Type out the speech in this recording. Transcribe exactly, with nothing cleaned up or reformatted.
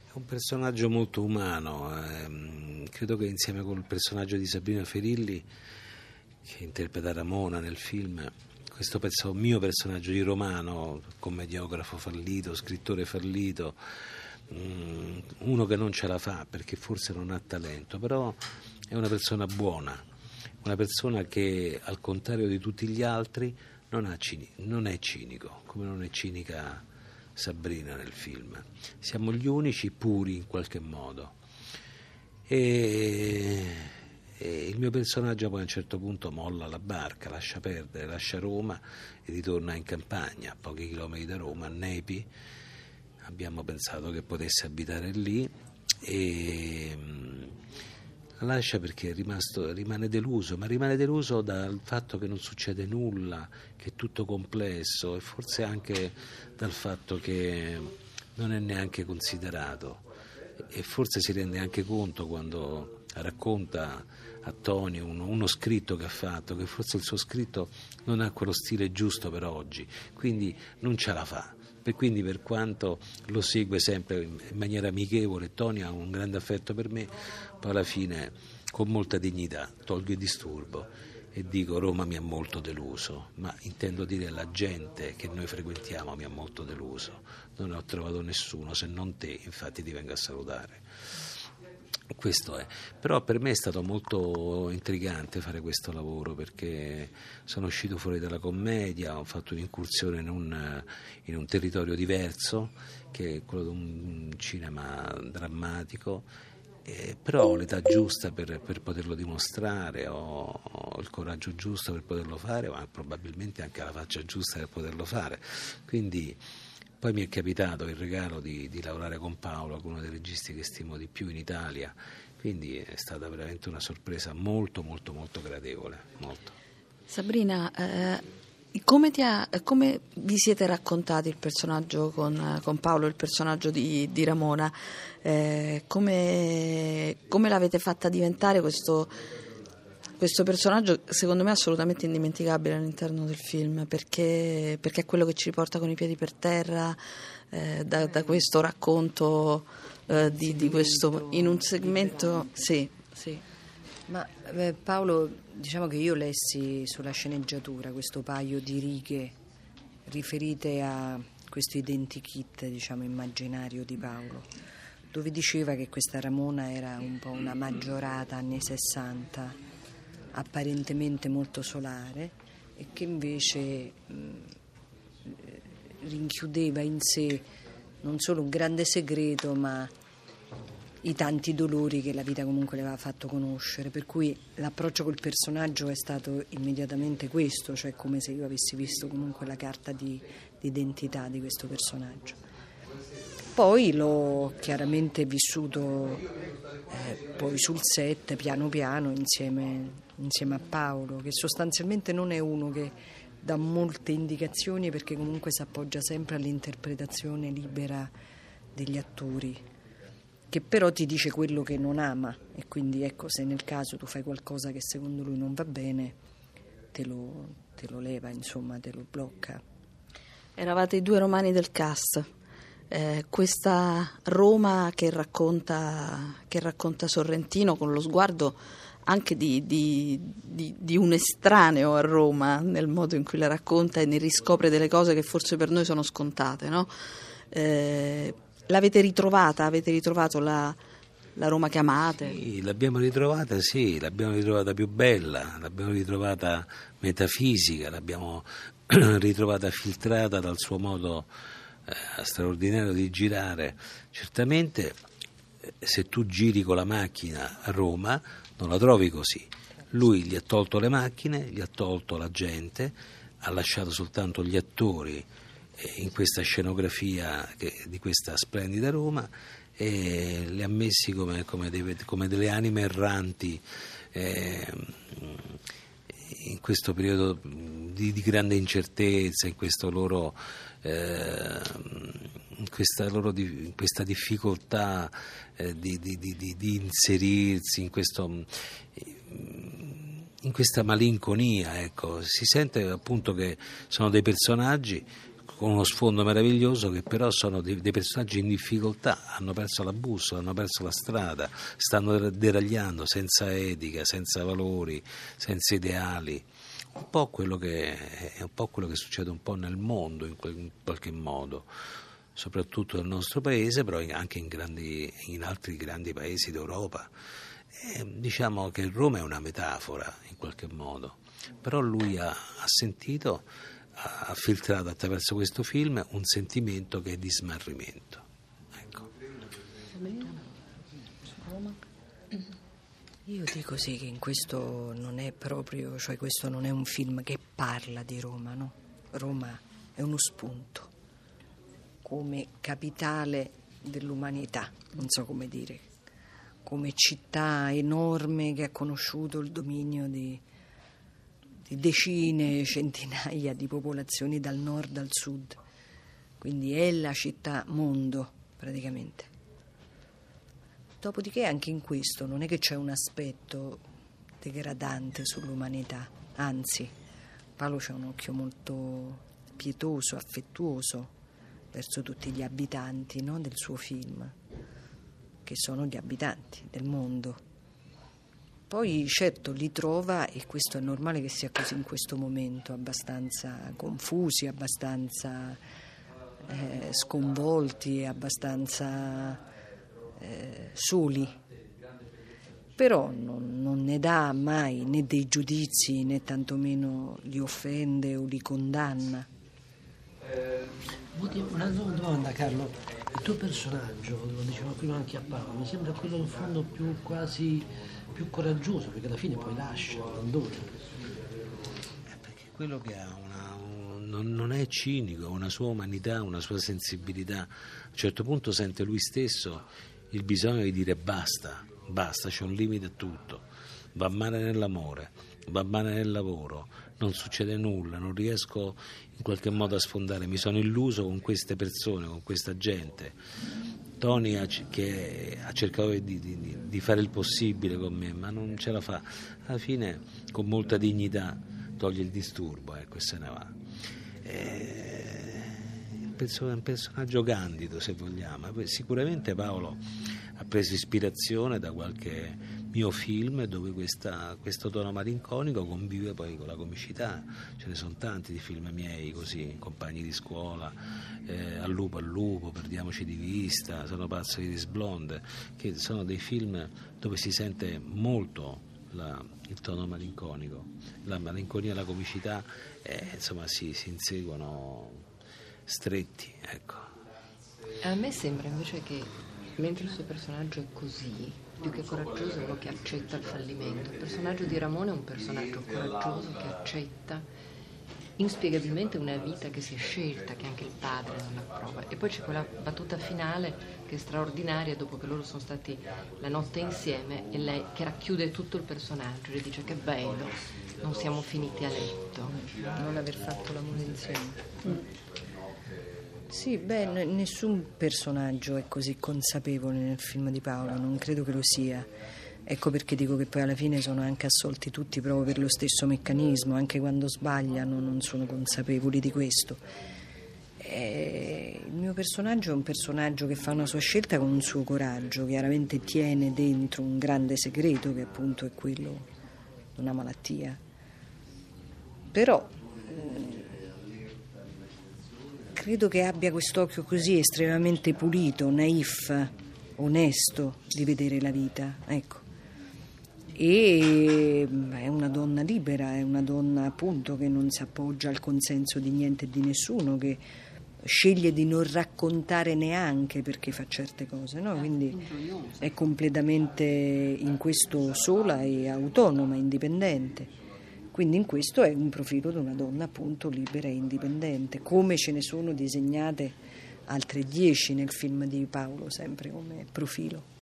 È un personaggio molto umano, ehm, credo che insieme col personaggio di Sabrina Ferilli, che interpreta Ramona nel film, questo penso, mio personaggio di Romano, commediografo fallito, scrittore fallito, um, uno che non ce la fa perché forse non ha talento, però è una persona buona, una persona che al contrario di tutti gli altri non, ha cini- non è cinico, come non è cinica Sabrina nel film. Siamo gli unici puri in qualche modo e, e il mio personaggio poi a un certo punto molla la barca, lascia perdere, lascia Roma e ritorna in campagna a pochi chilometri da Roma, a Nepi. Abbiamo pensato che potesse abitare lì e la lascia perché è rimasto, rimane deluso, ma rimane deluso dal fatto che non succede nulla, che è tutto complesso, e forse anche dal fatto che non è neanche considerato, e forse si rende anche conto quando racconta a Tony uno, uno scritto che ha fatto, che forse il suo scritto non ha quello stile giusto per oggi, quindi non ce la fa. E quindi per quanto lo segue sempre in maniera amichevole, Tony ha un grande affetto per me, poi alla fine con molta dignità tolgo il disturbo e dico: Roma mi ha molto deluso, ma intendo dire la gente che noi frequentiamo mi ha molto deluso, non ho trovato nessuno se non te, infatti ti vengo a salutare. Questo è, però per me è stato molto intrigante fare questo lavoro, perché sono uscito fuori dalla commedia, ho fatto un'incursione in un, in un territorio diverso, che è quello di un cinema drammatico, eh, però ho l'età giusta per, per poterlo dimostrare, ho, ho il coraggio giusto per poterlo fare, ma probabilmente anche la faccia giusta per poterlo fare, quindi... Poi mi è capitato il regalo di, di lavorare con Paolo, con uno dei registi che stimo di più in Italia, quindi è stata veramente una sorpresa molto molto molto gradevole. Molto. Sabrina, eh, come, ti ha, come vi siete raccontati il personaggio con, con Paolo, il personaggio di, di Ramona? Eh, come, come l'avete fatta diventare questo... Questo personaggio secondo me è assolutamente indimenticabile all'interno del film, perché, perché è quello che ci riporta con i piedi per terra, eh, da, da questo racconto eh, di, di questo in un segmento. Sì, sì. Ma eh, Paolo, diciamo che io lessi sulla sceneggiatura questo paio di righe riferite a questo identikit, diciamo, immaginario di Paolo, dove diceva che questa Ramona era un po' una maggiorata anni sessanta, apparentemente molto solare, e che invece mh, rinchiudeva in sé non solo un grande segreto, ma i tanti dolori che la vita comunque le aveva fatto conoscere, per cui l'approccio col personaggio è stato immediatamente questo, cioè come se io avessi visto comunque la carta di, di identità di questo personaggio. Poi l'ho chiaramente vissuto eh, poi sul set piano piano insieme, insieme a Paolo, che sostanzialmente non è uno che dà molte indicazioni, perché comunque si appoggia sempre all'interpretazione libera degli attori, che però ti dice quello che non ama, e quindi ecco, se nel caso tu fai qualcosa che secondo lui non va bene, te lo, te lo leva, insomma, te lo blocca. Eravate i due romani del cast. Eh, questa Roma che racconta, che racconta Sorrentino, con lo sguardo anche di, di, di, di un estraneo a Roma, nel modo in cui la racconta, e ne riscopre delle cose che forse per noi sono scontate, no? Eh, l'avete ritrovata? Avete ritrovato la, la Roma che amate? Sì, l'abbiamo ritrovata, sì, l'abbiamo ritrovata più bella, l'abbiamo ritrovata metafisica, l'abbiamo ritrovata filtrata dal suo modo eh, straordinario di girare. Certamente se tu giri con la macchina a Roma non la trovi così. Lui gli ha tolto le macchine, gli ha tolto la gente, ha lasciato soltanto gli attori eh, in questa scenografia che, di questa splendida Roma, e li ha messi come, come, dei, come delle anime erranti eh, in questo periodo di, di grande incertezza, in questo loro eh, in questa loro in questa difficoltà eh, di, di, di, di inserirsi in questo in questa malinconia, ecco. Si sente appunto che sono dei personaggi con uno sfondo meraviglioso, che però sono dei, dei personaggi in difficoltà, hanno perso la bussola, hanno perso la strada, stanno deragliando senza etica, senza valori, senza ideali. Un po' quello che è un po' quello che succede un po' nel mondo in, quel, in qualche modo, soprattutto nel nostro paese, però anche in, grandi, in altri grandi paesi d'Europa. E diciamo che Roma è una metafora in qualche modo, però lui ha, ha sentito, ha filtrato attraverso questo film un sentimento che è di smarrimento. Ecco. Io dico sì, che in questo non è proprio, cioè questo non è un film che parla di Roma, no? Roma è uno spunto, come capitale dell'umanità, non so come dire, come città enorme che ha conosciuto il dominio di, di decine, centinaia di popolazioni dal nord al sud, quindi è la città mondo praticamente. Dopodiché anche in questo non è che c'è un aspetto degradante sull'umanità, anzi Paolo c'ha un occhio molto pietoso, affettuoso verso tutti gli abitanti, no, del suo film, che sono gli abitanti del mondo. Poi certo li trova, e questo è normale che sia così in questo momento, abbastanza confusi, abbastanza eh, sconvolti, abbastanza eh, soli, però non, non ne dà mai né dei giudizi né tantomeno li offende o li condanna. Una domanda, Carlo, il tuo personaggio, lo dicevo prima anche a Paolo, mi sembra quello in fondo più quasi più coraggioso, perché alla fine poi lascia, abbandona. Eh, perché quello che ha una, un, non, non è cinico, ha una sua umanità, una sua sensibilità. A un certo punto sente lui stesso il bisogno di dire basta, basta, c'è un limite a tutto, va male nell'amore, va male nel lavoro, non succede nulla, non riesco in qualche modo a sfondare, mi sono illuso con queste persone, con questa gente. Tony ha, che ha cercato di, di, di fare il possibile con me, ma non ce la fa. Alla fine, con molta dignità, toglie il disturbo, ecco, e se ne va. È un personaggio candido, se vogliamo. Sicuramente Paolo ha preso ispirazione da qualche mio film dove questa, questo tono malinconico convive poi con la comicità. Ce ne sono tanti di film miei così, Compagni di scuola, eh, Al lupo al lupo, Perdiamoci di vista, Sono pazzo di Blonde, che sono dei film dove si sente molto la, il tono malinconico, la malinconia e la comicità, eh, insomma si, si inseguono stretti, ecco. A me sembra invece che mentre il suo personaggio è così, più che coraggioso, è uno che accetta il fallimento. Il personaggio di Ramone è un personaggio coraggioso che accetta inspiegabilmente una vita che si è scelta, che anche il padre non approva. E poi c'è quella battuta finale che è straordinaria, dopo che loro sono stati la notte insieme, e lei che racchiude tutto il personaggio, le dice: che bello, non siamo finiti a letto, non aver fatto l'amore insieme. Mm. Sì, beh, nessun personaggio è così consapevole nel film di Paolo, non credo che lo sia. Ecco perché dico che poi alla fine sono anche assolti tutti proprio per lo stesso meccanismo, anche quando sbagliano non sono consapevoli di questo. E il mio personaggio è un personaggio che fa una sua scelta con un suo coraggio, chiaramente tiene dentro un grande segreto che appunto è quello di una malattia. Però credo che abbia quest'occhio così estremamente pulito, naif, onesto di vedere la vita, ecco. E è una donna libera, è una donna appunto che non si appoggia al consenso di niente e di nessuno, che sceglie di non raccontare neanche perché fa certe cose, no? Quindi è completamente in questo sola e autonoma, indipendente. Quindi in questo è un profilo di una donna appunto libera e indipendente, come ce ne sono disegnate altre dieci nel film di Paolo, sempre come profilo.